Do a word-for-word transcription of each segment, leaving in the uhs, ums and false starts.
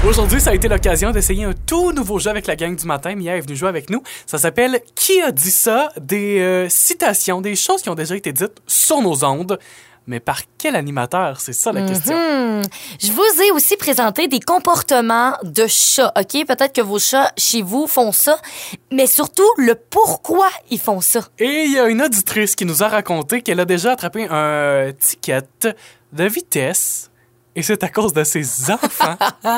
Aujourd'hui, ça a été l'occasion d'essayer un tout nouveau jeu avec la gang du matin. Mia est venue jouer avec nous. Ça s'appelle « Qui a dit ça ?» Des euh, citations, des choses qui ont déjà été dites sur nos ondes. Mais par quel animateur? C'est ça la mm-hmm. question. Je vous ai aussi présenté des comportements de chats, OK? Peut-être que vos chats, chez vous, font ça, mais surtout, le pourquoi ils font ça. Et il y a une auditrice qui nous a raconté qu'elle a déjà attrapé un ticket de vitesse, et c'est à cause de ses enfants.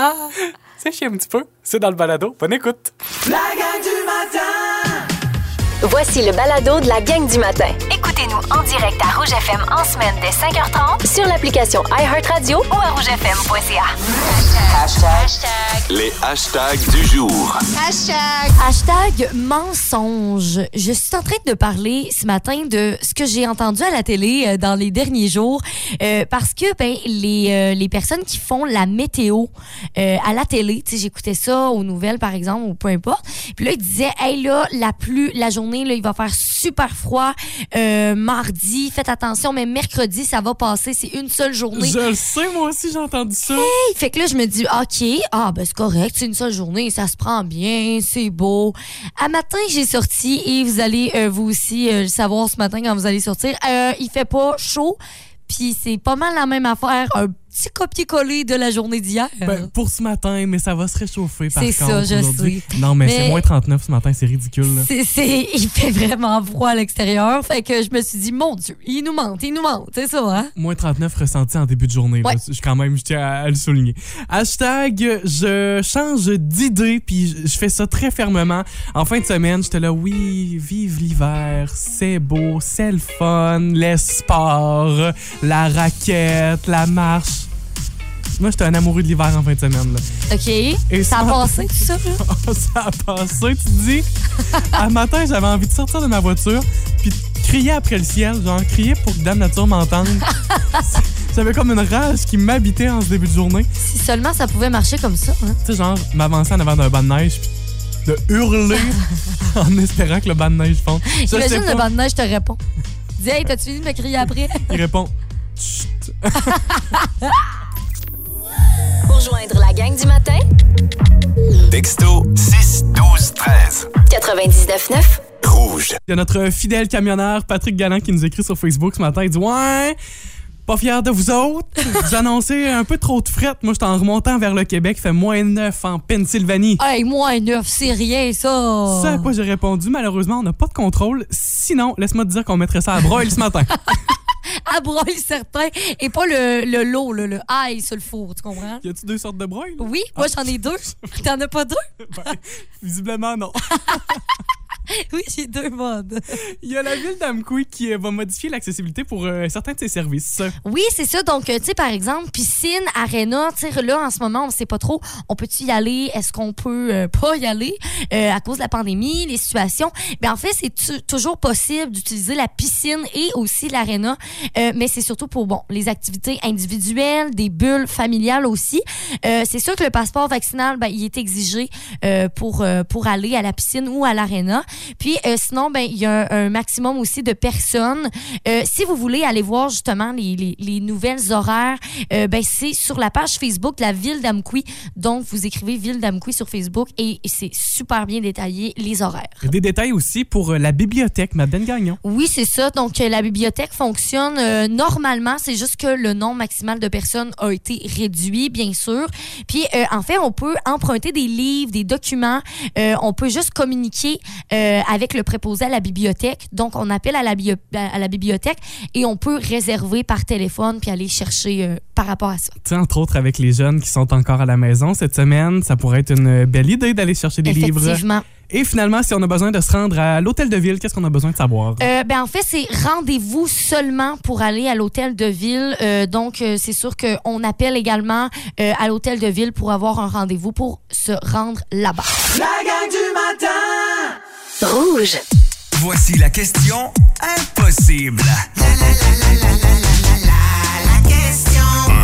C'est chiant un petit peu. C'est dans le balado. Bonne écoute. La gang du matin! Voici le balado de la gang du matin. Écoutez-nous en direct à Rouge F M en semaine dès cinq heures trente sur l'application iHeartRadio ou à rouge f m point c a. Hashtag. Hashtag. Les hashtags du jour. Hashtag. Hashtag mensonge. Je suis en train de parler ce matin de ce que j'ai entendu à la télé euh, dans les derniers jours euh, parce que ben les, euh, les personnes qui font la météo euh, à la télé, tu sais, j'écoutais ça aux nouvelles par exemple ou peu importe, puis là ils disaient hey là la pluie, la journée là il va faire super froid. Euh, mardi, faites attention, mais mercredi, ça va passer. C'est une seule journée. Je le sais, moi aussi, j'ai entendu ça. Hey! Fait que là, je me dis, OK, ah, ben c'est correct, c'est une seule journée, ça se prend bien, c'est beau. À matin, j'ai sorti, et vous allez euh, vous aussi euh, le savoir ce matin quand vous allez sortir, euh, il fait pas chaud, puis c'est pas mal la même affaire, un petit copier-coller de la journée d'hier. Ben, pour ce matin, mais ça va se réchauffer par c'est contre. C'est ça, je sais. Non, mais, mais c'est moins trente-neuf ce matin, c'est ridicule. Là. C'est, c'est, il fait vraiment froid à l'extérieur. Fait que je me suis dit, mon Dieu, il nous mente, il nous mente. C'est ça, hein? Moins trente-neuf ressenti en début de journée. Ouais. Là. Je, quand même, je tiens à, à le souligner. Hashtag, je change d'idée, puis je fais ça très fermement. En fin de semaine, j'étais là, oui, vive l'hiver, c'est beau, c'est le fun, les sports, la raquette, la marche. Moi, j'étais un amoureux de l'hiver en fin de semaine. Là. OK. Et ça, ça a passé, tout ça? Ça a passé, tu te dis. Un matin, j'avais envie de sortir de ma voiture puis de crier après le ciel, genre crier pour que Dame Nature m'entende. J'avais comme une rage qui m'habitait en ce début de journée. Si seulement ça pouvait marcher comme ça. Hein? Tu sais, genre, m'avancer en avant d'un banc de neige puis de hurler en espérant que le banc de neige fonde. Imagine le banc de neige te répond. Dis, hey, t'as-tu fini de me crier après? Il répond, chut. Pour joindre la gang du matin, texto six douze treize. quatre-vingt-dix-neuf neuf. Rouge. Il y a notre fidèle camionneur Patrick Galland qui nous écrit sur Facebook ce matin. Il dit « Ouais, pas fier de vous autres. Vous annoncez un peu trop de fret. Moi, j'étais en remontant vers le Québec. Il fait moins neuf en Pennsylvanie. » Hey, moins neuf, c'est rien, ça. Ça à quoi j'ai répondu. Malheureusement, on n'a pas de contrôle. Sinon, laisse-moi te dire qu'on mettrait ça à broil ce matin. À broil certain et pas le, le lot, le, le ail sur le four, tu comprends? Y a-tu deux sortes de broil? Oui, moi j'en ai deux. T'en as pas deux? Ben, visiblement non. Oui, j'ai deux modes. Il y a la ville d'Amqui qui va modifier l'accessibilité pour euh, certains de ses services. Oui, c'est ça. Donc, tu sais, par exemple, piscine, aréna, tu sais, là, en ce moment, on ne sait pas trop, on peut-tu y aller? Est-ce qu'on peut euh, pas y aller euh, à cause de la pandémie, les situations? Bien, en fait, c'est t- toujours possible d'utiliser la piscine et aussi l'aréna, euh, mais c'est surtout pour, bon, les activités individuelles, des bulles familiales aussi. Euh, c'est sûr que le passeport vaccinal, ben, il est exigé euh, pour, euh, pour aller à la piscine ou à l'aréna. Puis euh, sinon, ben il y a un, un maximum aussi de personnes. Euh, si vous voulez aller voir justement les, les, les nouvelles horaires, euh, ben c'est sur la page Facebook de la ville d'Amqui. Donc, vous écrivez Ville d'Amqui sur Facebook et, et c'est super bien détaillé, les horaires. Des détails aussi pour la bibliothèque, Madeleine Gagnon. Oui, c'est ça. Donc, la bibliothèque fonctionne euh, normalement. C'est juste que le nombre maximal de personnes a été réduit, bien sûr. Puis, euh, en fait, on peut emprunter des livres, des documents. Euh, on peut juste communiquer euh, avec le préposé à la bibliothèque. Donc, on appelle à la, bio- à la bibliothèque et on peut réserver par téléphone puis aller chercher euh, par rapport à ça. Tu sais, entre autres, avec les jeunes qui sont encore à la maison cette semaine, ça pourrait être une belle idée d'aller chercher des livres. Effectivement. Et finalement, si on a besoin de se rendre à l'hôtel de ville, qu'est-ce qu'on a besoin de savoir? Euh, ben en fait, c'est rendez-vous seulement pour aller à l'hôtel de ville. Euh, donc, euh, c'est sûr qu'on appelle également euh, à l'hôtel de ville pour avoir un rendez-vous pour se rendre là-bas. La gang du matin! Rouge. Voici la question impossible. La, la, la, la, la, la, la, la, la question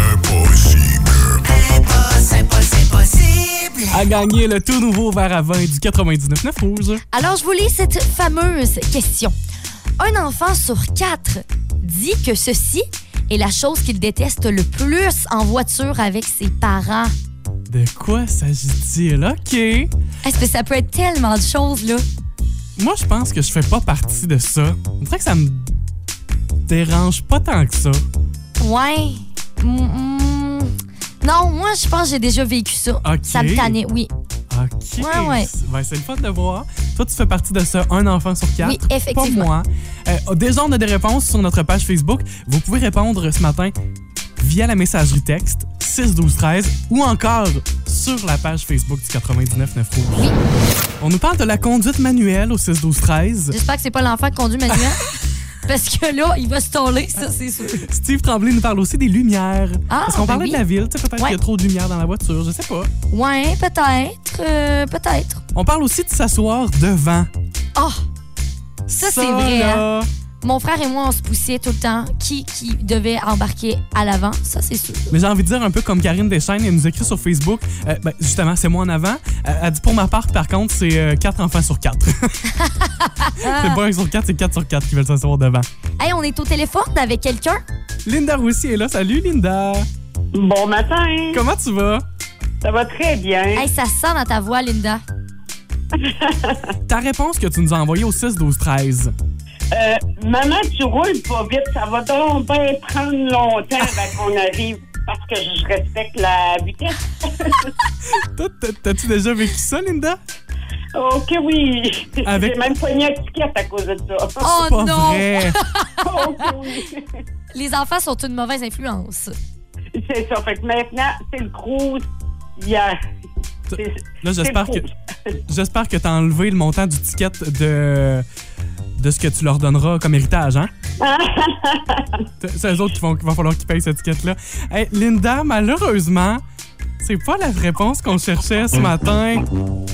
Impossible. impossible, impossible, impossible. À gagner le tout nouveau verre à vin du quatre-vingt-dix-neuf neuf Rouge. Alors, je vous lis cette fameuse question. Un enfant sur quatre dit que ceci est la chose qu'il déteste le plus en voiture avec ses parents. De quoi s'agit-il? OK. Est-ce que ça peut être tellement de choses, là? Moi, je pense que je fais pas partie de ça. On dirait que ça me dérange pas tant que ça. Ouais. Mm, mm. Non, moi, je pense que j'ai déjà vécu ça. OK. Ça me tannait, oui. OK. Ouais, ouais. Ben, c'est le fun de voir. Toi, tu fais partie de ça, un enfant sur quatre. Oui, effectivement. Pas moi. Euh, déjà, on a des réponses sur notre page Facebook. Vous pouvez répondre ce matin via la messagerie texte six douze treize ou encore sur la page Facebook du quatre-vingt-dix-neuf neuf Rouge. Oui. On nous parle de la conduite manuelle au six douze treize. J'espère que c'est pas l'enfant qui conduit manuel. Parce que là, il va se toller, ça, c'est sûr. Steve Tremblay nous parle aussi des lumières. Ah, Parce qu'on ben parlait oui. de la ville. Tu sais, peut-être Ouais. qu'il y a trop de lumière dans la voiture. Je sais pas. Ouais, peut-être. euh, peut-être. On parle aussi de s'asseoir devant. Ah! Ça, c'est vrai, là, Mon frère et moi, on se poussait tout le temps. Qui, qui devait embarquer à l'avant? Ça, c'est sûr. Mais j'ai envie de dire un peu comme Karine Deschaines, elle nous écrit sur Facebook. Euh, ben, justement, c'est moi en avant. Euh, elle dit pour ma part, par contre, c'est quatre enfants sur quatre. C'est pas un sur quatre, c'est quatre sur quatre qui veulent s'asseoir devant. Hey, on est au téléphone avec quelqu'un? Linda Roussy est là. Salut, Linda. Bon matin. Comment tu vas? Ça va très bien. Hey, ça se sent dans ta voix, Linda. Ta réponse que tu nous as envoyée au six douze treize. Euh, maman, tu roules pas vite. Ça va donc bien prendre longtemps avant qu'on arrive parce que je respecte la vitesse. Toi, t'as- t'as-tu déjà vécu ça, Linda? OK, oui. Avec- J'ai même pogné la ticket à cause de ça. Oh Pas non! vrai. OK, oui. Les enfants sont une mauvaise influence. C'est ça. Fait que maintenant, c'est le cruise. Il y a... c'est- Là, j'espère c'est que le cruise. j'espère que t'as enlevé le montant du ticket de de ce que tu leur donneras comme héritage, hein? C'est eux autres qui vont, qu'il va falloir qu'ils payent cette étiquette-là. Hey, Linda, malheureusement, c'est pas la réponse qu'on cherchait ce matin.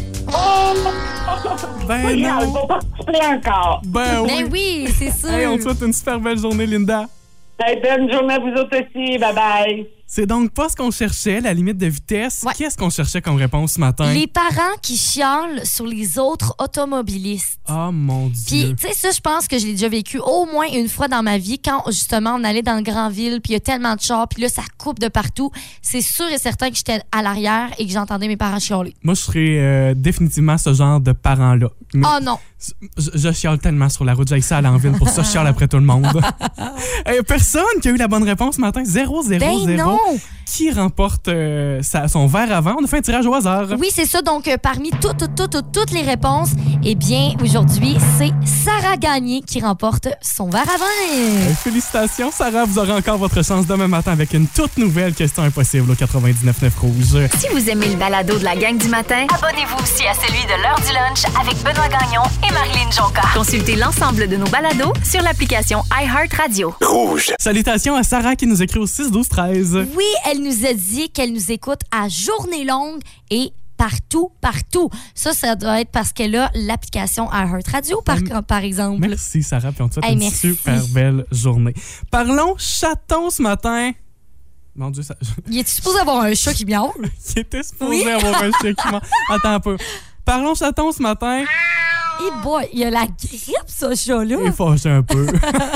Ben Regarde, non. va participer encore. Ben oui. Ben oui, c'est sûr. Hey, on te souhaite une super belle journée, Linda. Hey, bonne journée à vous autres aussi. Bye-bye. C'est donc pas ce qu'on cherchait, la limite de vitesse. Ouais. Qu'est-ce qu'on cherchait comme réponse ce matin? Les parents qui chialent sur les autres automobilistes. Oh mon Puis, Dieu. tu sais, ça, je pense que je l'ai déjà vécu au moins une fois dans ma vie quand, justement, on allait dans le grand ville, puis il y a tellement de chars, puis là, ça coupe de partout. C'est sûr et certain que j'étais à l'arrière et que j'entendais mes parents chialer. Moi, je serais euh, définitivement ce genre de parent-là. Mais Oh non! je, je chiale tellement sur la route. J'ai ça à l'envie. Pour ça, je chiale après tout le monde. Hey, personne qui a eu la bonne réponse ce matin. zéro zéro Ben zéro. non! Qui remporte euh, sa- son verre avant? On a fait un tirage au hasard. Oui, c'est ça. Donc, euh, parmi toutes, toutes, toutes, toutes, toutes les réponses, eh bien, aujourd'hui, c'est Sarah Gagné qui remporte son verre à Euh, vin. félicitations, Sarah. Vous aurez encore votre chance demain matin avec une toute nouvelle question impossible au quatre-vingt-dix-neuf neuf Rouge. Si vous aimez le balado de la gang du matin, abonnez-vous aussi à celui de l'heure du lunch avec Benoît Gagnon et Marilyn Jonca. Consultez l'ensemble de nos balados sur l'application iHeartRadio. Rouge. Salutations à Sarah qui nous écrit au six douze treize. Oui, elle nous a dit qu'elle nous écoute à journée longue et partout, partout. Ça, ça doit être parce qu'elle a l'application iHeartRadio, par, Hum. par exemple. Merci, Sarah. Puis on te souhaite Hey, une merci. super belle journée. Parlons chaton ce matin. Mon Dieu, ça... Il est supposé avoir un chat qui miaule? il était supposé Oui. avoir un chien qui ment. Attends un peu. Parlons chaton ce matin. Et boy, il a la grippe, ce chat-là. Il est fâché un peu.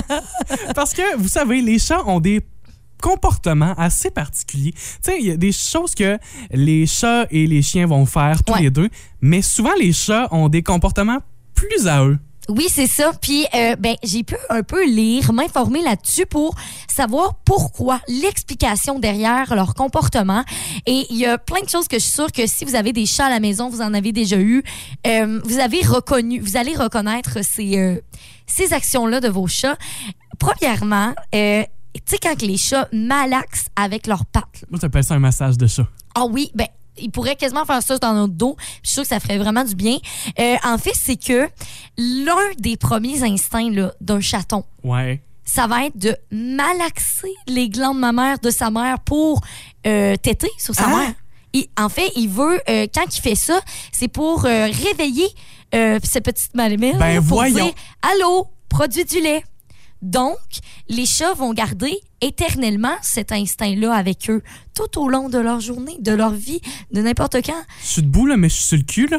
Parce que, vous savez, les chats ont des comportements assez particuliers. Tu sais, il y a des choses que les chats et les chiens vont faire tous Ouais. les deux, mais souvent, les chats ont des comportements plus à eux. Oui, c'est ça. Puis, euh, ben, j'ai pu un peu lire, m'informer là-dessus pour savoir pourquoi, l'explication derrière leur comportement. Et il y a plein de choses que je suis sûre que si vous avez des chats à la maison, vous en avez déjà eu, euh, vous avez reconnu, vous allez reconnaître ces, euh, ces actions-là de vos chats. Premièrement, euh, tu sais, quand les chats malaxent avec leurs pattes. Moi, j'appelle ça un massage de chat. Ah oui, ben il pourrait quasiment faire ça dans notre dos. Je suis sûre que ça ferait vraiment du bien. Euh, en fait, c'est que l'un des premiers instincts là, d'un chaton, Ouais. ça va être de malaxer les glandes mammaires de sa mère pour euh, téter sur sa Ah! mère. Il- en fait, il veut, euh, quand il fait ça, c'est pour euh, réveiller euh, cette petite malémelle Ben, pour voyons. dire « Allô, produit du lait ». Donc, les chats vont garder éternellement cet instinct-là avec eux tout au long de leur journée, de leur vie, de n'importe quand. Je suis debout, là, mais je suis sur le cul, là.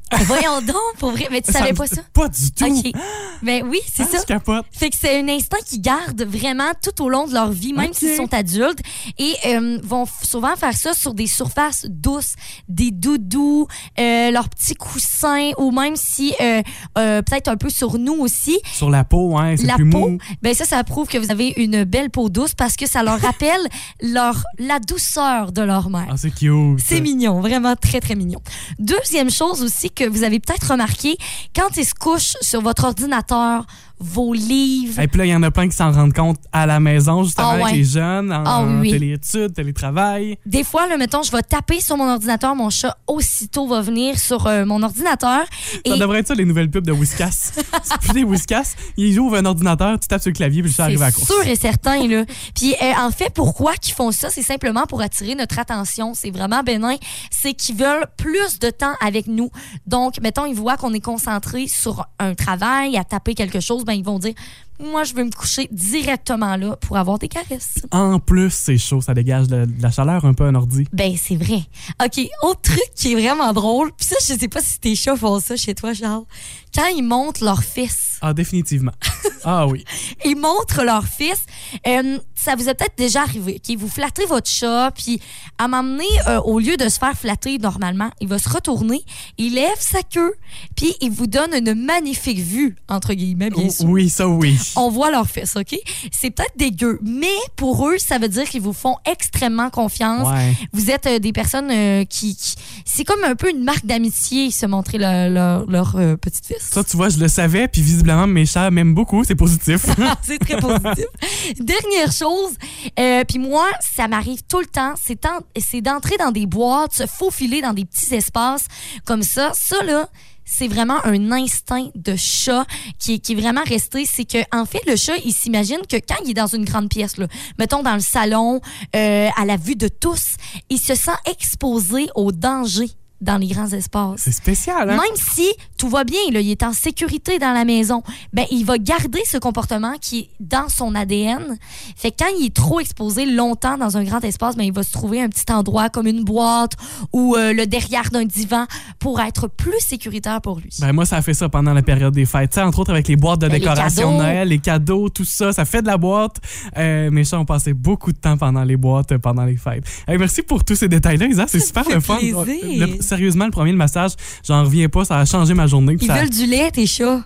Voyons donc, pour vrai. Mais tu savais pas ça? Pas du tout. OK. Ben oui, c'est Ah, ça. je capote. Fait que c'est un instinct qu'ils gardent vraiment tout au long de leur vie, même OK. s'ils sont adultes. Et euh, vont f- souvent faire ça sur des surfaces douces, des doudous, euh, leurs petits coussins, ou même si, euh, euh, peut-être un peu sur nous aussi. Sur la peau, hein, c'est La plus peau, mou. ben ça, ça prouve que vous avez une belle peau douce parce que ça leur rappelle leur, la douceur de leur mère. Ah, c'est cute. C'est mignon, vraiment très, très mignon. Deuxième chose aussi que vous avez peut-être remarqué, quand ils se couchent sur votre ordinateur, vos livres, Et puis là, il y en a plein qui s'en rendent compte à la maison, justement, Ah, ouais. avec les jeunes, en, Ah, oui, en oui. téléétudes, télétravail. des fois, là, mettons, je vais taper sur mon ordinateur, mon chat aussitôt va venir sur euh, mon ordinateur. Ça Et devrait être ça, les nouvelles pubs de Whiskas. C'est plus des Whiskas. Ils ouvrent un ordinateur, tu tapes sur le clavier, puis le chat arrive à la c'est course. sûr et certain, là. Puis, euh, en fait, pourquoi qu'ils font ça? C'est simplement pour attirer notre attention. C'est vraiment bénin. C'est qu'ils veulent plus de temps avec nous. Donc, mettons, ils voient qu'on est concentré sur un travail, à taper quelque chose, ben ils vont dire, moi, je veux me coucher directement là pour avoir des caresses. En plus, c'est chaud, ça dégage de, de la chaleur un peu un ordi. Ben, c'est vrai. OK, autre truc qui est vraiment drôle, puis ça, je sais pas si tes chats font ça chez toi, Charles. Quand ils montrent leurs fils, Ah, définitivement. Ah oui. ils montrent leurs fils, euh, ça vous est peut-être déjà arrivé, OK? Vous flattez votre chat, puis à m'emmener, euh, au lieu de se faire flatter normalement, il va se retourner, il lève sa queue, puis il vous donne une magnifique vue, entre guillemets, bien sûr. Oui, ça oui. On voit leurs fesses, OK? C'est peut-être dégueu, mais pour eux, ça veut dire qu'ils vous font extrêmement confiance. Ouais. Vous êtes euh, des personnes euh, qui, qui- C'est comme un peu une marque d'amitié, se montrer le- leur, leur euh, petite fesse. Ça, tu vois, je le savais, puis visiblement, mes chats m'aiment beaucoup, c'est positif. C'est très positif. Dernière chose, euh, puis moi, ça m'arrive tout le temps, c'est, en- c'est d'entrer dans des boîtes, se faufiler dans des petits espaces comme ça. Ça, là, c'est vraiment un instinct de chat qui est, qui est vraiment resté. C'est que, en fait, le chat, il s'imagine que quand il est dans une grande pièce, là, mettons dans le salon, euh, à la vue de tous, il se sent exposé au danger dans les grands espaces. C'est spécial, hein? Même si tout va bien, là, il est en sécurité dans la maison, ben il va garder ce comportement qui est dans son A D N. Fait que quand il est trop exposé longtemps dans un grand espace, ben il va se trouver un petit endroit comme une boîte ou euh, le derrière d'un divan pour être plus sécuritaire pour lui. Ben moi, ça a fait ça pendant la période des fêtes. Tu sais, entre autres, avec les boîtes de Ben, les décoration de cadeaux. Noël, les cadeaux, tout ça, ça fait de la boîte. Euh, mes chats ont passé beaucoup de temps pendant les boîtes, euh, pendant les fêtes. Hey, merci pour tous ces détails-là, Isa. C'est super fait le fun. plaisir. Le- sérieusement, le premier, le massage, j'en reviens pas. Ça a changé ma journée. puis Ils ça- veulent du lait, tes chats.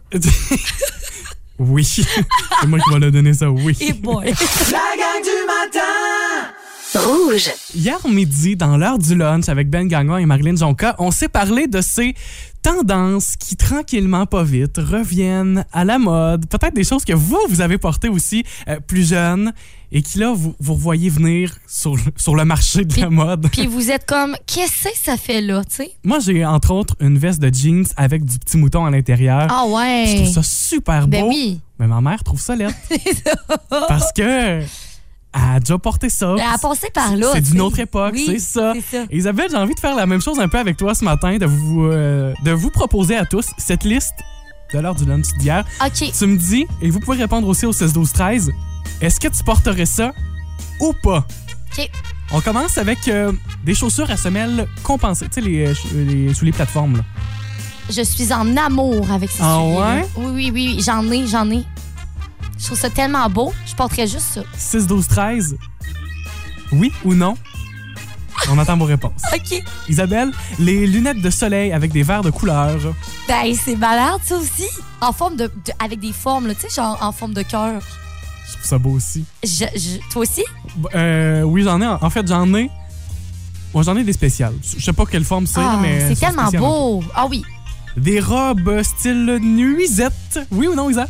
Oui. C'est moi qui vais leur donner ça, oui. Et boy. La gang du matin! Rouge. Hier midi, dans l'heure du lunch, avec Ben Gagnon et Marilyn Jonca, on s'est parlé de ces tendances qui, tranquillement, pas vite, reviennent à la mode. Peut-être des choses que vous, vous avez portées aussi euh, plus jeune et qui, là, vous, vous revoyez venir sur, sur le marché de la mode. Puis vous êtes comme, qu'est-ce que ça fait là, tu sais? Moi, j'ai, entre autres, une veste de jeans avec du petit mouton à l'intérieur. Ah ouais. Je trouve ça super beau. Ben oui. Mais ma mère trouve ça laid. Parce que elle a déjà porté ça. Elle a passé par là. C'est tu d'une sais. autre époque, Oui, c'est ça. c'est ça. Isabelle, j'ai envie de faire la même chose un peu avec toi ce matin, de vous, euh, de vous proposer à tous cette liste de l'heure du lunch d'hier. OK. Tu me dis, et vous pouvez répondre aussi au seize douze treize, est-ce que tu porterais ça ou pas? OK. On commence avec euh, des chaussures à semelles compensées, tu sais, les, euh, ch- les, sous les plateformes. Là. Je suis en amour avec ces Ah souliers-là. ouais? Oui, oui, oui, oui. J'en ai, j'en ai. Je trouve ça tellement beau. Je porterais juste ça. six douze treize, oui ou non? On attend vos réponses. OK. Isabelle, les lunettes de soleil avec des verres de couleur. Ben, c'est malade, ça aussi. En forme de... de- avec des formes, là, tu sais, genre en forme de cœur. Je trouve ça beau aussi. Je- je- toi aussi? Euh, oui, j'en ai. En fait, j'en ai. Moi, j'en ai des spéciales. Je sais pas quelle forme c'est, Ah, mais. c'est sont tellement spéciales un beau. Ah oui. peu. Des robes style nuisette. Oui ou non, Isa?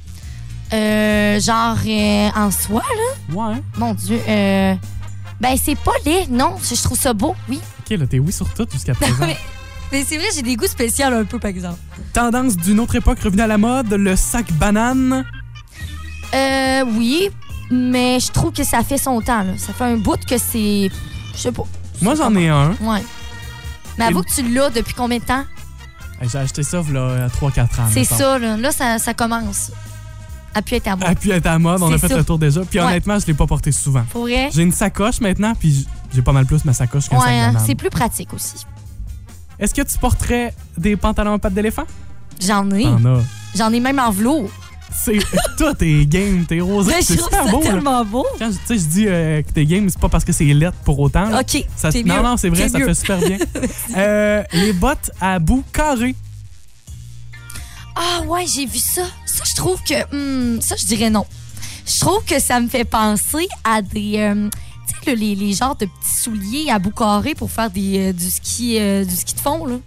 Euh, genre euh, en soie, là. Ouais. Mon Dieu. Euh, ben, c'est pas laid, non. Je je trouve ça beau, oui. Ok, là, t'es oui sur tout jusqu'à présent. mais mais c'est vrai, j'ai des goûts spéciaux un peu, par exemple. Tendance d'une autre époque revenue à la mode, le sac banane. Euh, oui, mais je trouve que ça fait son temps, là. Ça fait un bout que c'est... Je sais pas. Moi, j'en ai un. Ouais. Mais avoue que tu l'as depuis combien de temps? J'ai acheté ça il y a trois quatre ans. C'est mettons. ça, là. Là, ça, ça commence. À plus être à moi. Ah, puis elle est à la mode, on a C'est fait ça. le tour déjà. Puis Ouais. honnêtement, je l'ai pas porté souvent. Pour vrai? J'ai une sacoche maintenant, puis j'ai pas mal plus ma sacoche qu'un Ouais, sac hein, banane. c'est plus pratique aussi. Est-ce que tu porterais des pantalons en pattes d'éléphant? J'en ai. T'en as. J'en ai même en velours. C'est, toi, t'es game, t'es rosé, Mais c'est je trouve super ça beau. là. tellement beau. Quand je- tu sais, je dis euh, que t'es game, c'est pas parce que c'est lettre pour autant. là. OK, Ça, c'est non, mieux. non, c'est vrai, C'est ça mieux. fait super bien. Euh, les bottes à bout carré. Ah ouais, j'ai vu ça. Ça, je trouve que... hum, ça, je dirais non. Je trouve que ça me fait penser à des... euh, tu sais, là, les, les genres de petits souliers à bout carré pour faire des, euh, du, ski, euh, du ski de fond, là.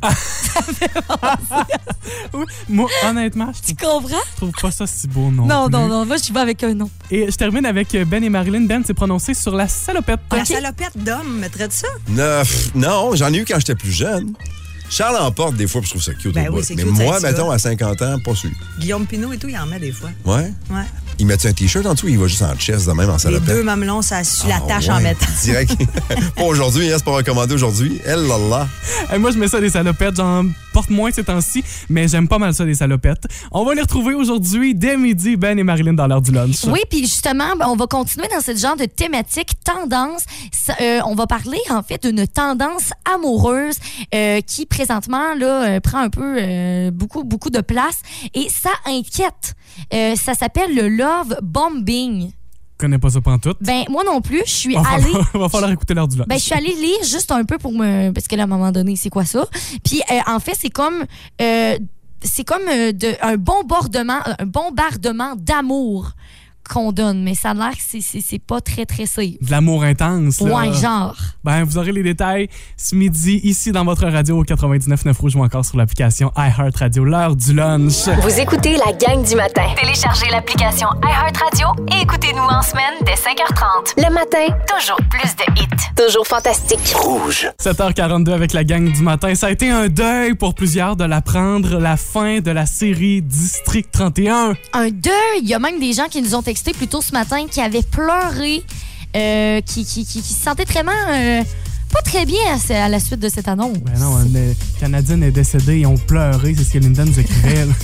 Oui, moi, honnêtement, je Tu trouve, comprends? je trouve pas ça si beau non Non, plus. non, non. Moi, je vais avec un non. Et je termine avec Ben et Marilyn. Ben s'est prononcé sur la salopette. La salopette d'homme, mettrait ça? Non, pff, non, j'en ai eu quand j'étais plus jeune. Charles en porte des fois, puis je trouve ça cute. Ben au oui, bout. c'est Mais cute, moi, ça, ça. mettons, à cinquante ans, pas sûr. Guillaume Pinot et tout, il en met des fois. Ouais? Ouais. Il met un t-shirt en dessous, il va juste en chest, de même, en Les salopette. deux mamelons, ça suit la Ah, tâche ouais, en mettant. Direct. Pas aujourd'hui, hein, c'est pas recommandé aujourd'hui. Elle, là, là. Et moi, je mets ça des salopettes. J'en porte moins ces temps-ci, mais j'aime pas mal ça des salopettes. On va les retrouver aujourd'hui dès midi, Ben et Marilyn, dans l'heure du lunch. Oui, puis justement, ben, on va continuer dans ce genre de thématique tendance. Ça, euh, on va parler en fait d'une tendance amoureuse euh, qui présentement là euh, prend un peu euh, beaucoup beaucoup de place et ça inquiète. Euh, ça s'appelle le love bombing. Je connais pas ça pantoute. Ben moi non plus, je suis Va allée. falloir, va falloir écouter l'heure du lunch. Ben, je suis allée lire juste un peu pour me. Parce que là, à un moment donné, c'est quoi ça? Puis, euh, en fait, c'est comme. euh, c'est comme euh, de, un bombardement, un bombardement d'amour qu'on donne. Mais ça a l'air que c'est, c'est, c'est pas très, très safe. De l'amour intense. Là. Ouais, genre. Ben, vous aurez les détails ce midi ici dans votre radio au quatre-vingt-dix-neuf neuf Rouge ou encore sur l'application iHeartRadio, l'heure du lunch. Vous écoutez la gang du matin. Téléchargez l'application iHeartRadio et écoutez-nous en semaine dès cinq heures trente. Le matin, Toujours plus de hits. toujours fantastique. Rouge. sept heures quarante-deux avec la gang du matin. Ça a été un deuil pour plusieurs de l'apprendre, la fin de la série District trente et un. Un deuil. Il y a même des gens qui nous ont texté plus tôt ce matin qui avaient pleuré, euh, qui, qui, qui, qui se sentaient vraiment euh, pas très bien à, à la suite de cette annonce. Ben non, une Canadienne est décédée, ils ont pleuré, c'est ce que Linda nous écrivait. là.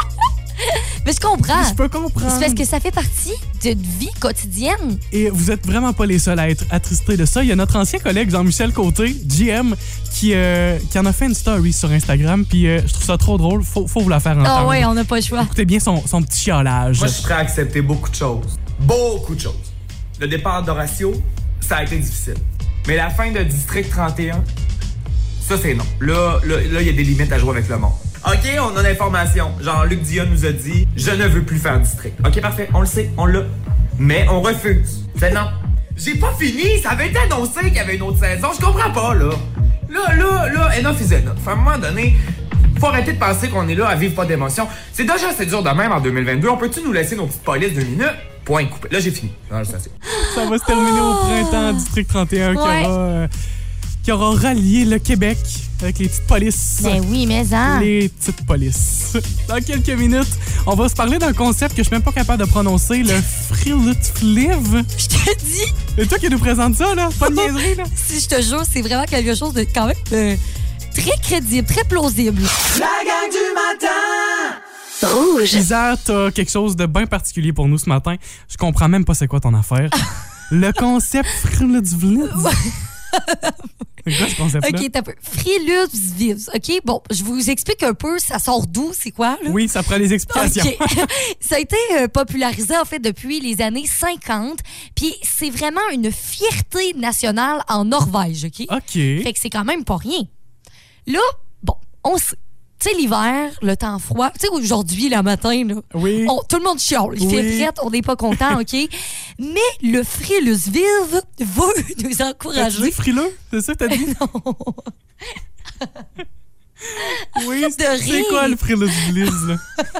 Mais je comprends. Je peux comprendre. C'est parce que ça fait partie de vie quotidienne. Et vous êtes vraiment pas les seuls à être attristés de ça. Il y a notre ancien collègue Jean-Michel Côté, G M, qui, euh, qui en a fait une story sur Instagram. Puis euh, je trouve ça trop drôle. Faut, faut vous la faire entendre. Ah ouais, on n'a pas le choix. Écoutez bien son, son petit chiolage. Moi, je suis prêt à accepter beaucoup de choses. Beaucoup de choses. Le départ d'Horatio, ça a été difficile. Mais la fin de District trente et un, ça, c'est non. Là, là, là, il y a des limites à jouer avec le monde. OK, on a l'information. Jean-Luc Dion nous a dit « Je ne veux plus faire District ». OK, parfait, on le sait, on l'a. Mais on refuse. C'est non. J'ai pas fini, ça avait été annoncé qu'il y avait une autre saison. Je comprends pas, là. Là, là, là, enough is enough. À un moment donné, faut arrêter de penser qu'on est là à vivre pas d'émotion. C'est déjà assez dur de même en deux mille vingt-deux. On peut-tu nous laisser nos petites polices deux minutes? Point coupé. Là, j'ai fini. Non, ça, c'est... Ça va se terminer au printemps, District trente et un, qui, Ouais. aura, euh, qui aura rallié le Québec avec les petites polices. Ben oui, mais hein. Les petites polices. Dans quelques minutes, on va se parler d'un concept que je suis même pas capable de prononcer, le Frilutfliv. Je te dis, C'est toi qui nous présente ça, là? Pas de niaiserie, là? si je te jure, c'est vraiment quelque chose de quand même euh, très crédible, très plausible. La gang du matin! Rouge. Isère, t'as quelque chose de bien particulier pour nous ce matin. Je comprends même pas c'est quoi ton affaire. Le concept Frilutfliv. C'est quoi ce concept-là? OK, t'as peu. Frilutfliv. OK, bon, je vous explique un peu, ça sort d'où, c'est quoi, là? Oui, ça prend les explications. OK. Ça a été euh, popularisé, en fait, depuis les années cinquante. Puis c'est vraiment une fierté nationale en Norvège, OK? OK. Fait que c'est quand même pas rien. Là, bon, on sait. Tu sais, l'hiver, le temps froid. Tu sais, aujourd'hui, le matin, là, Oui. on- tout le monde chiale. Il Oui. fait frette, on n'est pas content, OK? Mais le Frilutfliv veut nous T'as-tu encourager. dit frileux? C'est ça que t'as dit? Non. Oui, De c'est rire. quoi le Frilutfliv, là?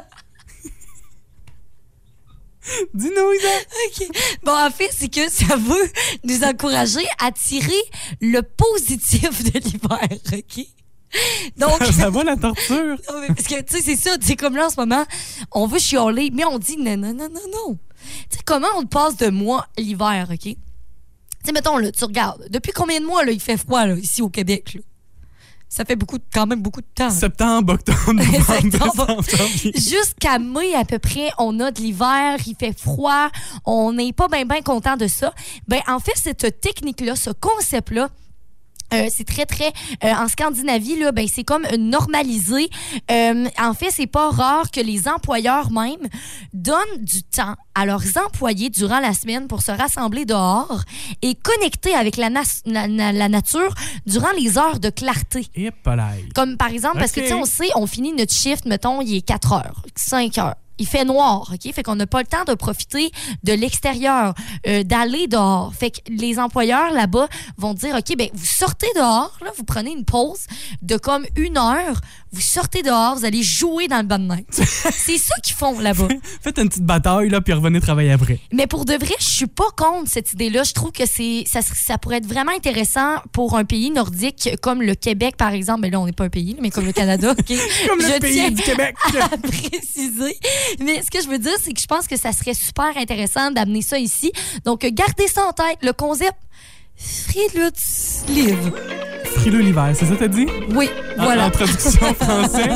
Dis-nous, Isère. OK. Bon, en fait, c'est que ça veut nous encourager à tirer le positif de l'hiver, OK? Donc, Ça va la torture? non, mais parce que, tu sais, c'est ça, c'est comme là, en ce moment, on veut chialer, mais on dit non, non, non, non, non. Tu sais, comment on passe de mois l'hiver, OK? Tu sais, mettons, là, tu regardes, depuis combien de mois, là, il fait froid, là, ici au Québec, là? Ça fait beaucoup, de- quand même beaucoup de temps. Septembre, octobre, novembre, Septembre. décembre, janvier. Jusqu'à mai, à peu près, on a de l'hiver, il fait froid, on n'est pas bien, bien content de ça. Ben, en fait, cette technique-là, ce concept-là, Euh, c'est très, très... Euh, en Scandinavie, là, ben, c'est comme normalisé. Euh, en fait, c'est pas rare que les employeurs même donnent du temps à leurs employés durant la semaine pour se rassembler dehors et connecter avec la, na- la, la, la nature durant les heures de clarté. Et palais. Comme par exemple, parce que, Ok. tu sais, on sait, on finit notre shift, mettons, il est quatre heures, cinq heures. Il fait noir, OK? Fait qu'on n'a pas le temps de profiter de l'extérieur, euh, d'aller dehors. Fait que les employeurs là-bas vont dire, OK, ben vous sortez dehors, là, vous prenez une pause de comme une heure, vous sortez dehors, vous allez jouer dans le banc de neige. C'est ça qu'ils font là-bas. Faites une petite bataille, là, puis revenez travailler après. Mais pour de vrai, je suis pas contre cette idée-là. Je trouve que c'est ça, ça pourrait être vraiment intéressant pour un pays nordique comme le Québec, par exemple. Mais là, on n'est pas un pays, mais comme le Canada. OK? Comme le Je pays tiens du Québec. à préciser. Mais ce que je veux dire, c'est que je pense que ça serait super intéressant d'amener ça ici. Donc, gardez ça en tête. Le concept Frileux Live. Frileux l'hiver, c'est ça que t'as dit? Oui, En- voilà. En traduction français.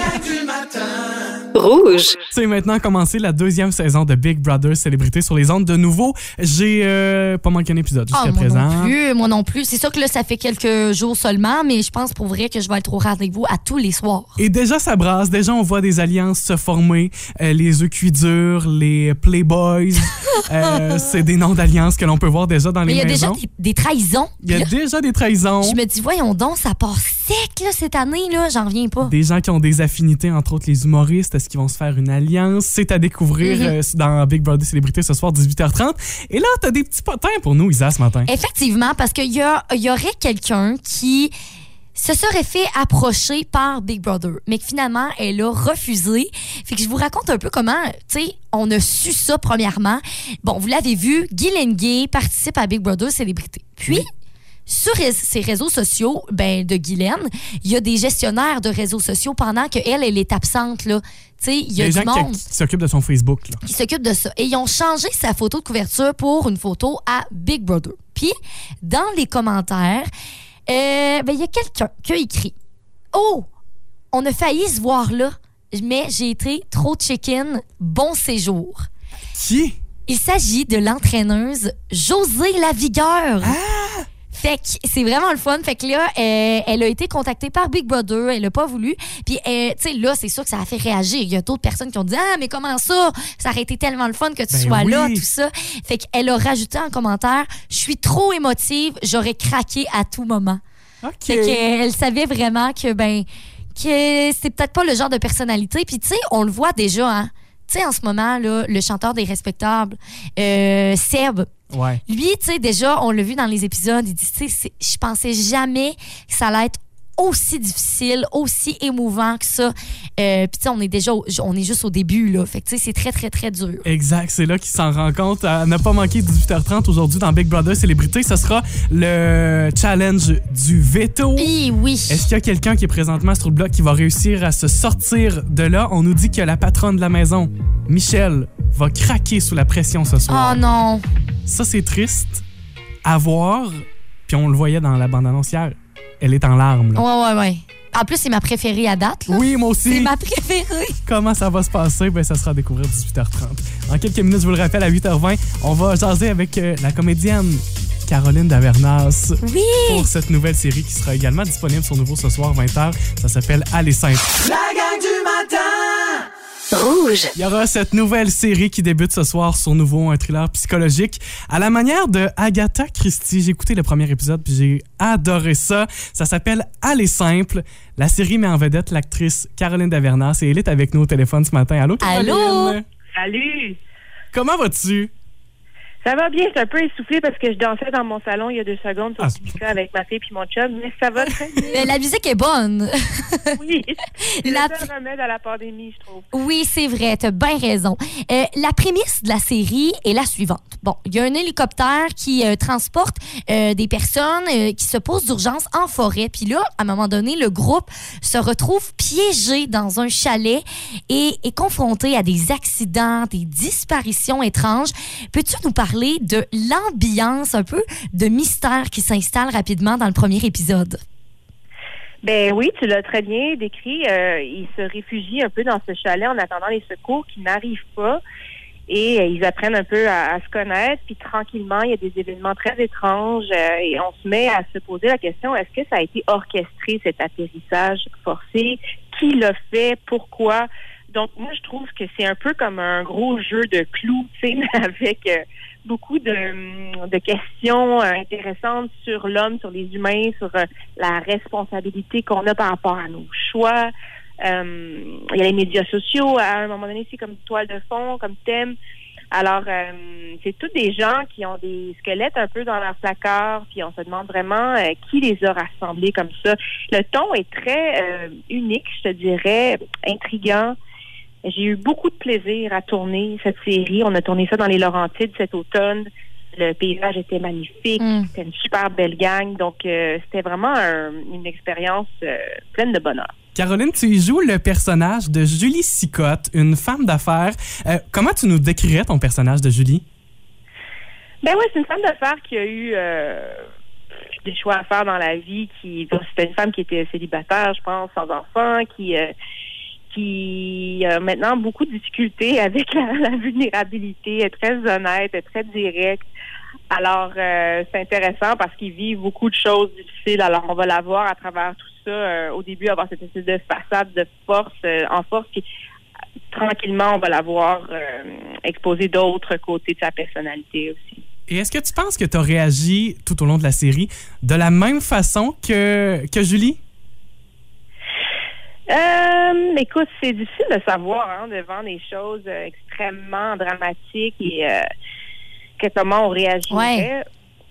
Rouge. C'est maintenant commencé la deuxième saison de Big Brother Célébrité sur les ondes. De nouveau, j'ai euh, pas manqué un épisode jusqu'à Ah, moi présent. non plus, moi non plus. C'est sûr que là, ça fait quelques jours seulement, mais je pense pour vrai que je vais être au rendez-vous à tous les soirs. Et déjà, ça brasse. Déjà, on voit des alliances se former. Euh, les œufs cuits durs, les Playboys. euh, c'est des noms d'alliances que l'on peut voir déjà dans Mais les il y a maisons. déjà des, des trahisons. Il y a Là, déjà des trahisons. je me dis, voyons donc, ça part sec là, cette année, là, j'en reviens pas. Des gens qui ont des affinités, entre autres les humoristes. Est-ce qu'ils vont se faire une alliance? C'est à découvrir Mhm. euh, dans Big Brother Célébrité ce soir, dix-huit heures trente. Et là, t'as des petits potins pour nous, Isa, ce matin. Effectivement, parce qu'il y, a- il y aurait quelqu'un qui se serait fait approcher par Big Brother, mais que finalement, elle a refusé. Fait que je vous raconte un peu comment, tu sais, on a su ça premièrement. Bon, vous l'avez vu, Guy Lenguet participe à Big Brother Célébrité. Puis, sur ré- ses réseaux sociaux ben, de Guylaine, il y a des gestionnaires de réseaux sociaux pendant qu'elle, elle est absente, là. Tu sais, il y a Des du gens qui- monde qui s'occupent de son Facebook. Là. qui s'occupent de ça. Et ils ont changé sa photo de couverture pour une photo à Big Brother. Puis, dans les commentaires, euh, ben, il y a quelqu'un qui a écrit « Oh, on a failli se voir là, mais j'ai été trop chicken. Bon séjour. » Qui? Il s'agit de l'entraîneuse Josée Lavigueur. Ah! Fait que c'est vraiment le fun. Fait que là, euh, elle a été contactée par Big Brother. Elle a pas voulu. Puis, euh, tu sais, là, c'est sûr que ça a fait réagir. Il y a d'autres personnes qui ont dit « Ah, mais comment ça? Ça aurait été tellement le fun que tu Ben sois oui. là, tout ça. » Fait qu'elle a rajouté en commentaire « Je suis trop émotive. J'aurais craqué à tout moment. » OK. Fait qu'elle savait vraiment que, ben, que c'est peut-être pas le genre de personnalité. Puis, tu sais, on le voit déjà, hein. Tu sais, en ce moment, là, le chanteur des Respectables, euh, Seb, Ouais. lui, tu sais, déjà, on l'a vu dans les épisodes, il dit, tu sais, c'est- je pensais jamais que ça allait être aussi difficile, aussi émouvant que ça. Euh, Puis, tu sais, on est déjà, au- on est juste au début, là. Fait que, tu sais, c'est très, très, très dur. Exact, c'est là qu'il s'en rend compte. À ne pas manquer dix-huit heures trente aujourd'hui dans Big Brother Célébrité. Ce sera le challenge du veto. Oui, oui. Est-ce qu'il y a quelqu'un qui est présentement sur le bloc qui va réussir à se sortir de là? On nous dit que la patronne de la maison, Michel, va craquer sous la pression ce soir. Oh non. Ça, c'est triste à voir. Puis on le voyait dans la bande-annonce hier. Elle est en larmes. là. Ouais, ouais, ouais. En plus, c'est ma préférée à date, là. Oui, moi aussi. C'est ma préférée. Comment ça va se passer? Ben, ça sera à découvrir dix-huit heures trente. En quelques minutes, je vous le rappelle, à huit heures vingt, on va jaser avec euh, la comédienne Caroline Davernas Oui. pour cette nouvelle série qui sera également disponible sur Nouveau ce soir, vingt heures. Ça s'appelle Aller simple. La gang du matin! Rouge. Il y aura cette nouvelle série qui débute ce soir sur Nouveau, un thriller psychologique à la manière de Agatha Christie. J'ai écouté le premier épisode puis j'ai adoré ça. Ça s'appelle Aller simple. La série met en vedette l'actrice Caroline Davernas et elle est avec nous au téléphone ce matin. Allô, Caroline? Allô? Salut! Comment vas-tu? Ça va bien, c'est un peu essoufflé parce que je dansais dans mon salon il y a deux secondes sur Ah, le speaker avec ma fille puis mon chum, mais ça va très bien. Mais la musique est bonne. Oui, c'est La le seul remède à la pandémie, je trouve. Oui, c'est vrai, t'as bien raison. Euh, la prémisse de la série est la suivante. Bon, il y a un hélicoptère qui euh, transporte euh, des personnes euh, qui se posent d'urgence en forêt. Puis là, à un moment donné, le groupe se retrouve piégé dans un chalet et est confronté à des accidents, des disparitions étranges. Peux-tu nous parler de l'ambiance un peu de mystère qui s'installe rapidement dans le premier épisode? Ben oui, tu l'as très bien décrit. Euh, il se réfugie un peu dans ce chalet en attendant les secours qui n'arrivent pas. Et euh, ils apprennent un peu à, à se connaître. Puis tranquillement, il y a des événements très étranges euh, et on se met à se poser la question, est-ce que ça a été orchestré, cet atterrissage forcé? Qui l'a fait? Pourquoi? Donc, moi, je trouve que c'est un peu comme un gros jeu de clous, tu sais, avec euh, beaucoup de, de questions euh, intéressantes sur l'homme, sur les humains, sur euh, la responsabilité qu'on a par rapport à nos choix. Euh, il y a les médias sociaux, à un moment donné, c'est comme toile de fond, comme thème. Alors, euh, c'est tous des gens qui ont des squelettes un peu dans leur placard, puis on se demande vraiment euh, qui les a rassemblés comme ça. Le ton est très euh, unique, je te dirais, intriguant. J'ai eu beaucoup de plaisir à tourner cette série. On a tourné ça dans les Laurentides cet automne. Le paysage était magnifique. Mm. C'était une super belle gang. Donc, euh, c'était vraiment un, une expérience euh, pleine de bonheur. Caroline, tu y joues le personnage de Julie Sicotte, une femme d'affaires. Euh, comment tu nous décrirais ton personnage de Julie? Ben oui, c'est une femme d'affaires qui a eu euh, des choix à faire dans la vie. Qui, c'était une femme qui était célibataire, je pense, sans enfant, qui... Euh, qui a maintenant beaucoup de difficultés avec la, la vulnérabilité, est très honnête, est très directe. Alors, euh, c'est intéressant parce qu'il vit beaucoup de choses difficiles. Alors, on va la voir à travers tout ça. Euh, au début, avoir cette espèce de façade de force, euh, en force, puis tranquillement, on va la voir euh, exposer d'autres côtés de sa personnalité aussi. Et est-ce que tu penses que tu as réagi tout au long de la série de la même façon que, que Julie? Euh, écoute, c'est difficile de savoir hein, devant des choses euh, extrêmement dramatiques et euh, que comment on réagirait. Ouais.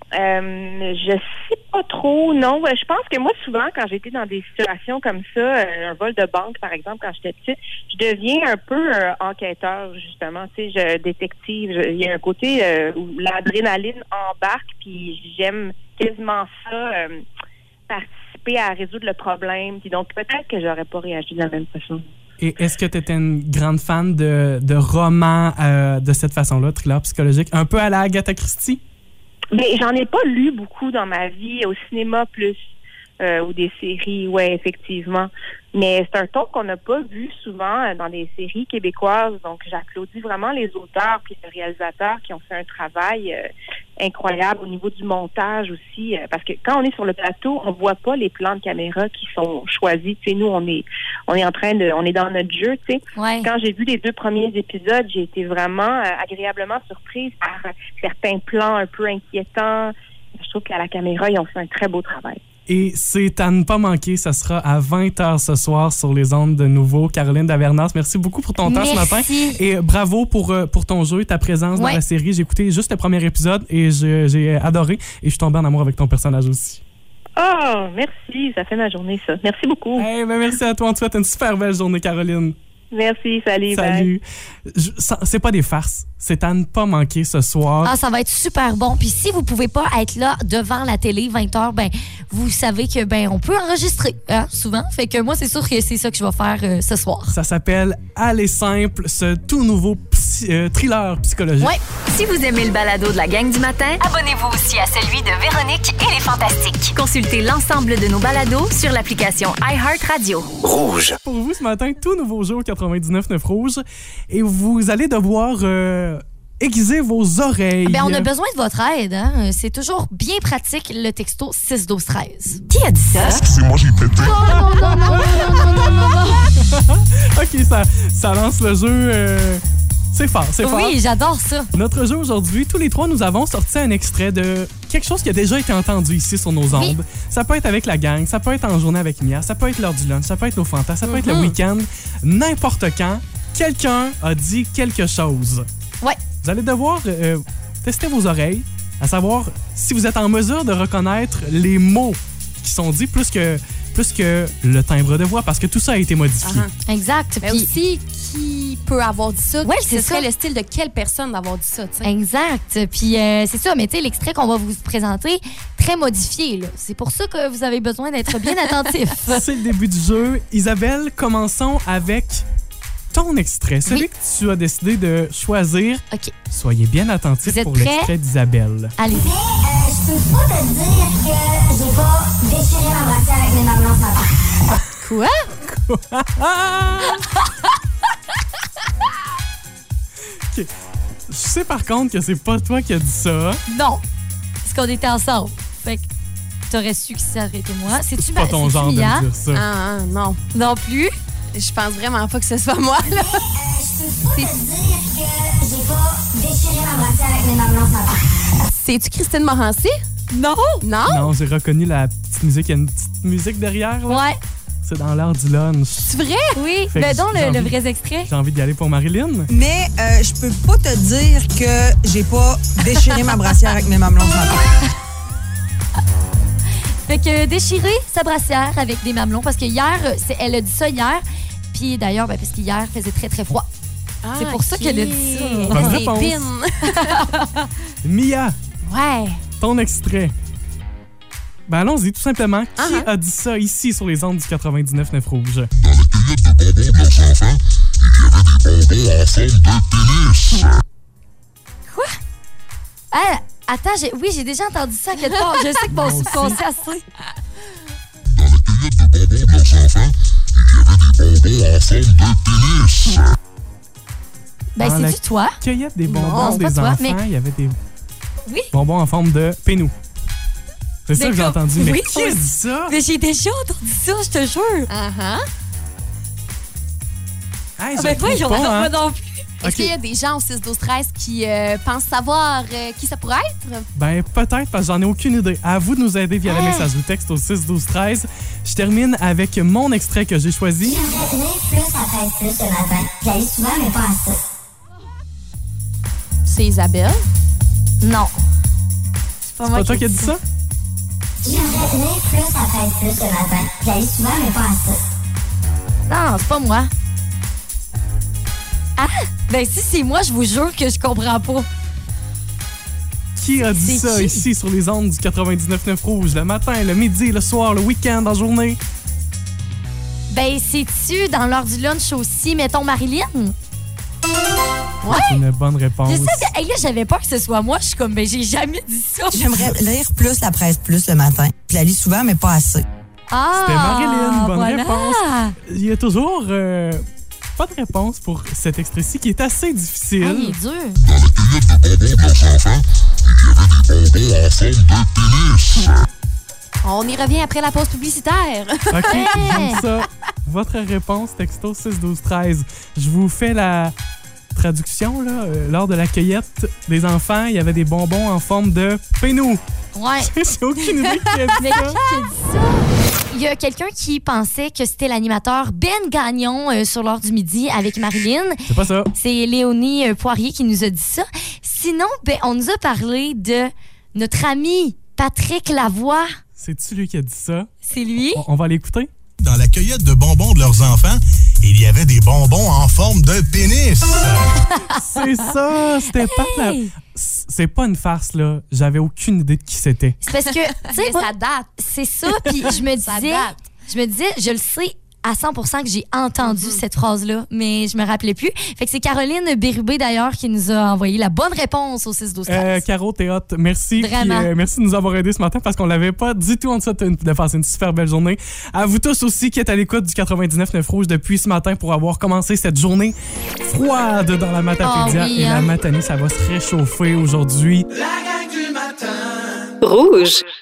Euh, je sais pas trop, non. Je pense que moi, souvent, quand j'étais dans des situations comme ça, euh, un vol de banque, par exemple, quand j'étais petite, je deviens un peu euh, enquêteur, justement. Tu sais, je détective. Il y a un côté euh, où l'adrénaline embarque, puis j'aime quasiment ça, euh, participer à résoudre le problème. Puis donc, peut-être que j'aurais pas réagi de la même façon. Et est-ce que tu étais une grande fan de, de romans euh, de cette façon-là, thriller psychologique, un peu à la Agatha Christie? Mais j'en ai pas lu beaucoup dans ma vie, au cinéma plus, euh, ou des séries, ouais, effectivement. Mais c'est un ton qu'on n'a pas vu souvent dans des séries québécoises. Donc, j'applaudis vraiment les auteurs puis les réalisateurs qui ont fait un travail euh, incroyable au niveau du montage aussi. Euh, parce que quand on est sur le plateau, on voit pas les plans de caméra qui sont choisis. Tu sais, nous, on est, on est en train de, on est dans notre jeu. Tu sais, ouais. Quand j'ai vu les deux premiers épisodes, j'ai été vraiment euh, agréablement surprise par euh, certains plans un peu inquiétants. Je trouve qu'à la caméra, ils ont fait un très beau travail. Et c'est à ne pas manquer, ça sera à vingt heures ce soir sur les ondes de nouveau. Caroline Davernas, merci beaucoup pour ton temps merci. ce matin. Et bravo pour, pour ton jeu et ta présence ouais. dans la série. J'ai écouté juste le premier épisode et je, j'ai adoré. Et je suis tombée en amour avec ton personnage aussi. Oh, merci. Ça fait ma journée, ça. Merci beaucoup. Hey, ben merci à toi. On te souhaite une super belle journée, Caroline. Merci, salut. Salut. Je, c'est pas des farces. C'est à ne pas manquer ce soir. Ah, ça va être super bon. Puis si vous pouvez pas être là devant la télé vingt heures, ben vous savez que ben on peut enregistrer hein, souvent. Fait que moi, c'est sûr que c'est ça que je vais faire euh, ce soir. Ça s'appelle Aller simple, ce tout nouveau psy, euh, thriller psychologique. Ouais. Si vous aimez le balado de la gang du matin, abonnez-vous aussi à celui de Véronique et les Fantastiques. Consultez l'ensemble de nos balados sur l'application iHeartRadio. Rouge. Pour vous, ce matin, tout nouveau jeu au quatre-vingt-dix-neuf neuf Rouge. Et vous allez devoir euh, aiguiser vos oreilles. Ben, on a besoin de votre aide. Hein? C'est toujours bien pratique, le texto six douze treize. Qui a dit ça? Excusez-moi, j'ai pété. Non, non, non, non, non, non, non, non. OK, ça, ça lance le jeu... Euh... C'est fort, c'est fort. Oui, j'adore ça. Notre jeu aujourd'hui, tous les trois, nous avons sorti un extrait de quelque chose qui a déjà été entendu ici sur nos ondes. Oui. Ça peut être avec la gang, ça peut être en journée avec Mia, ça peut être l'heure du lunch, ça peut être nos fantas, ça peut mm-hmm. être le week-end. N'importe quand, quelqu'un a dit quelque chose. Ouais. Vous allez devoir euh, tester vos oreilles, à savoir si vous êtes en mesure de reconnaître les mots qui sont dits plus que... plus que le timbre de voix, parce que tout ça a été modifié. Uh-huh. Exact. Mais Puis, aussi, qui peut avoir dit ça? Ouais, c'est ce serait ça. le style de quelle personne d'avoir dit ça, tu sais? Exact. Puis euh, c'est ça, mais tu sais, l'extrait qu'on va vous présenter, très modifié, là. C'est pour ça que vous avez besoin d'être bien attentif. C'est le début du jeu. Isabelle, commençons avec ton extrait, celui oui. que tu as décidé de choisir. OK. Soyez bien attentifs pour prêts? l'extrait d'Isabelle. Allez. Mais euh, je peux pas te dire que j'ai pas déchiré ma brassière avec mes mamelons ce matin. Quoi? Quoi? OK. sais par contre que c'est pas toi qui as dit ça. Non. Parce qu'on était ensemble. Fait que t'aurais su que ça aurait été moi. C'est-tu C'est pas ton c'est-tu genre de Mia? me dire ça. Ah, ah, non. Non plus. Je pense vraiment pas que ce soit moi, là. Je peux pas te dire que j'ai pas déchiré ma brassière avec mes mamelons ce matin. C'est-tu Christine Morancy? Non. Non? Non, j'ai reconnu la petite musique. Il y a une petite musique derrière, là. Ouais. C'est dans l'heure du lunch. C'est vrai? Oui. Fait que Ben donc, j'ai le, le envie- vrai extrait. J'ai envie d'y aller pour Marilyn. Mais euh, je peux pas te dire que j'ai pas déchiré ma brassière avec mes mamelons ce matin. Fait que déchirer sa brassière avec des mamelons, parce que hier, c'est- elle a dit ça hier. Puis d'ailleurs, ben, parce qu'hier faisait très très froid. Ah, C'est pour ça ok. qu'elle a dit ça. Bonne C'est réponse. pin. Mia, Ouais. ton extrait. Ben allons-y, tout simplement. Qui Uh-huh. a dit ça ici sur les ondes du quatre-vingt-dix-neuf neuf Rouge? Quoi? Ah, attends, j'ai- oui, j'ai déjà entendu ça à quelque part. Je sais que mon Moi aussi. subconscient assez. Ben, Dans la c'est-tu toi? Cueillette des Non, bonbons c'est pas des toi, enfants, mais- il y avait des Oui. bonbons en forme de pénou. C'est ça que j'ai D'accord. entendu. Mais Oui, qui a dit ça? Mais j'ai déjà entendu ça, je te jure. Uh-huh. Hey, Ah, je ben trouve voyons, pas, hein. moi non plus. Est-ce Ok. qu'il y a des gens au six douze treize qui euh, pensent savoir euh, qui ça pourrait être? Ben, peut-être, parce que j'en ai aucune idée. À vous de nous aider via le Hey. message ou texte au six douze treize. Je termine avec mon extrait que j'ai choisi. J'aimerais tenir plus à treize plus ce matin. J'allais souvent, mais pas assez. C'est Isabelle. Non. C'est pas C'est moi pas toi qui as dit ai ça? J'aimerais tenir plus à treize plus ce matin. J'allais souvent, mais pas assez. Non, c'est pas moi. Ah! Ben si c'est moi, je vous jure que je comprends pas. Qui a dit C'est ça qui? ici sur les ondes du quatre-vingt-dix-neuf neuf Rouge? Le matin, le midi, le soir, le week-end, en journée? Ben c'est-tu dans l'heure du lunch aussi, mettons Marilyn? C'est une bonne réponse. Je sais, hey, là, j'avais peur que ce soit moi. Je suis comme, ben j'ai jamais dit ça. J'aimerais lire plus la presse plus le matin. Je la lis souvent, mais pas assez. Ah! C'était Marilyn, bonne voilà. réponse. Il y a toujours euh, pas de réponse pour cet extrait-ci qui est assez difficile. Ah, il est dur. On y revient après la pause publicitaire. OK, Hey! j'aime ça. Votre réponse, texto six douze treize. Je vous fais la traduction. Là. Euh, lors de la cueillette des enfants, il y avait des bonbons en forme de pénou. Ouais. J'ai aucune idée qui a dit Mais ça. qui a dit ça? Il y a quelqu'un qui pensait que c'était l'animateur Ben Gagnon euh, sur l'heure du midi avec Marilyn. C'est pas ça. C'est Léonie euh, Poirier qui nous a dit ça. Sinon, ben, on nous a parlé de notre ami Patrick Lavoie. C'est-tu lui qui a dit ça? C'est lui. On, on va l'écouter? Dans la cueillette de bonbons de leurs enfants, il y avait des bonbons en forme de pénis. C'est ça, c'était pas de la... Hey! C'est pas une farce, là. J'avais aucune idée de qui c'était. C'est parce que, tu sais, Mais moi, ça date. c'est ça, puis je me Ça disais, date. je me disais, je le sais à cent pour cent que j'ai entendu Mm-hmm. cette phrase-là, mais je me rappelais plus. Fait que c'est Caroline Bérubé, d'ailleurs, qui nous a envoyé la bonne réponse au six douze treize. Euh, Caro, t'es hot. Merci. Vraiment. Puis, euh, merci de nous avoir aidés ce matin parce qu'on l'avait pas du tout en dessous de de passer une super belle journée. À vous tous aussi qui êtes à l'écoute du quatre-vingt-dix-neuf neuf Rouge depuis ce matin pour avoir commencé cette journée froide dans la Matapédia. Oh oui, Et hein. la matinée, ça va se réchauffer aujourd'hui. La gang du matin. Rouge.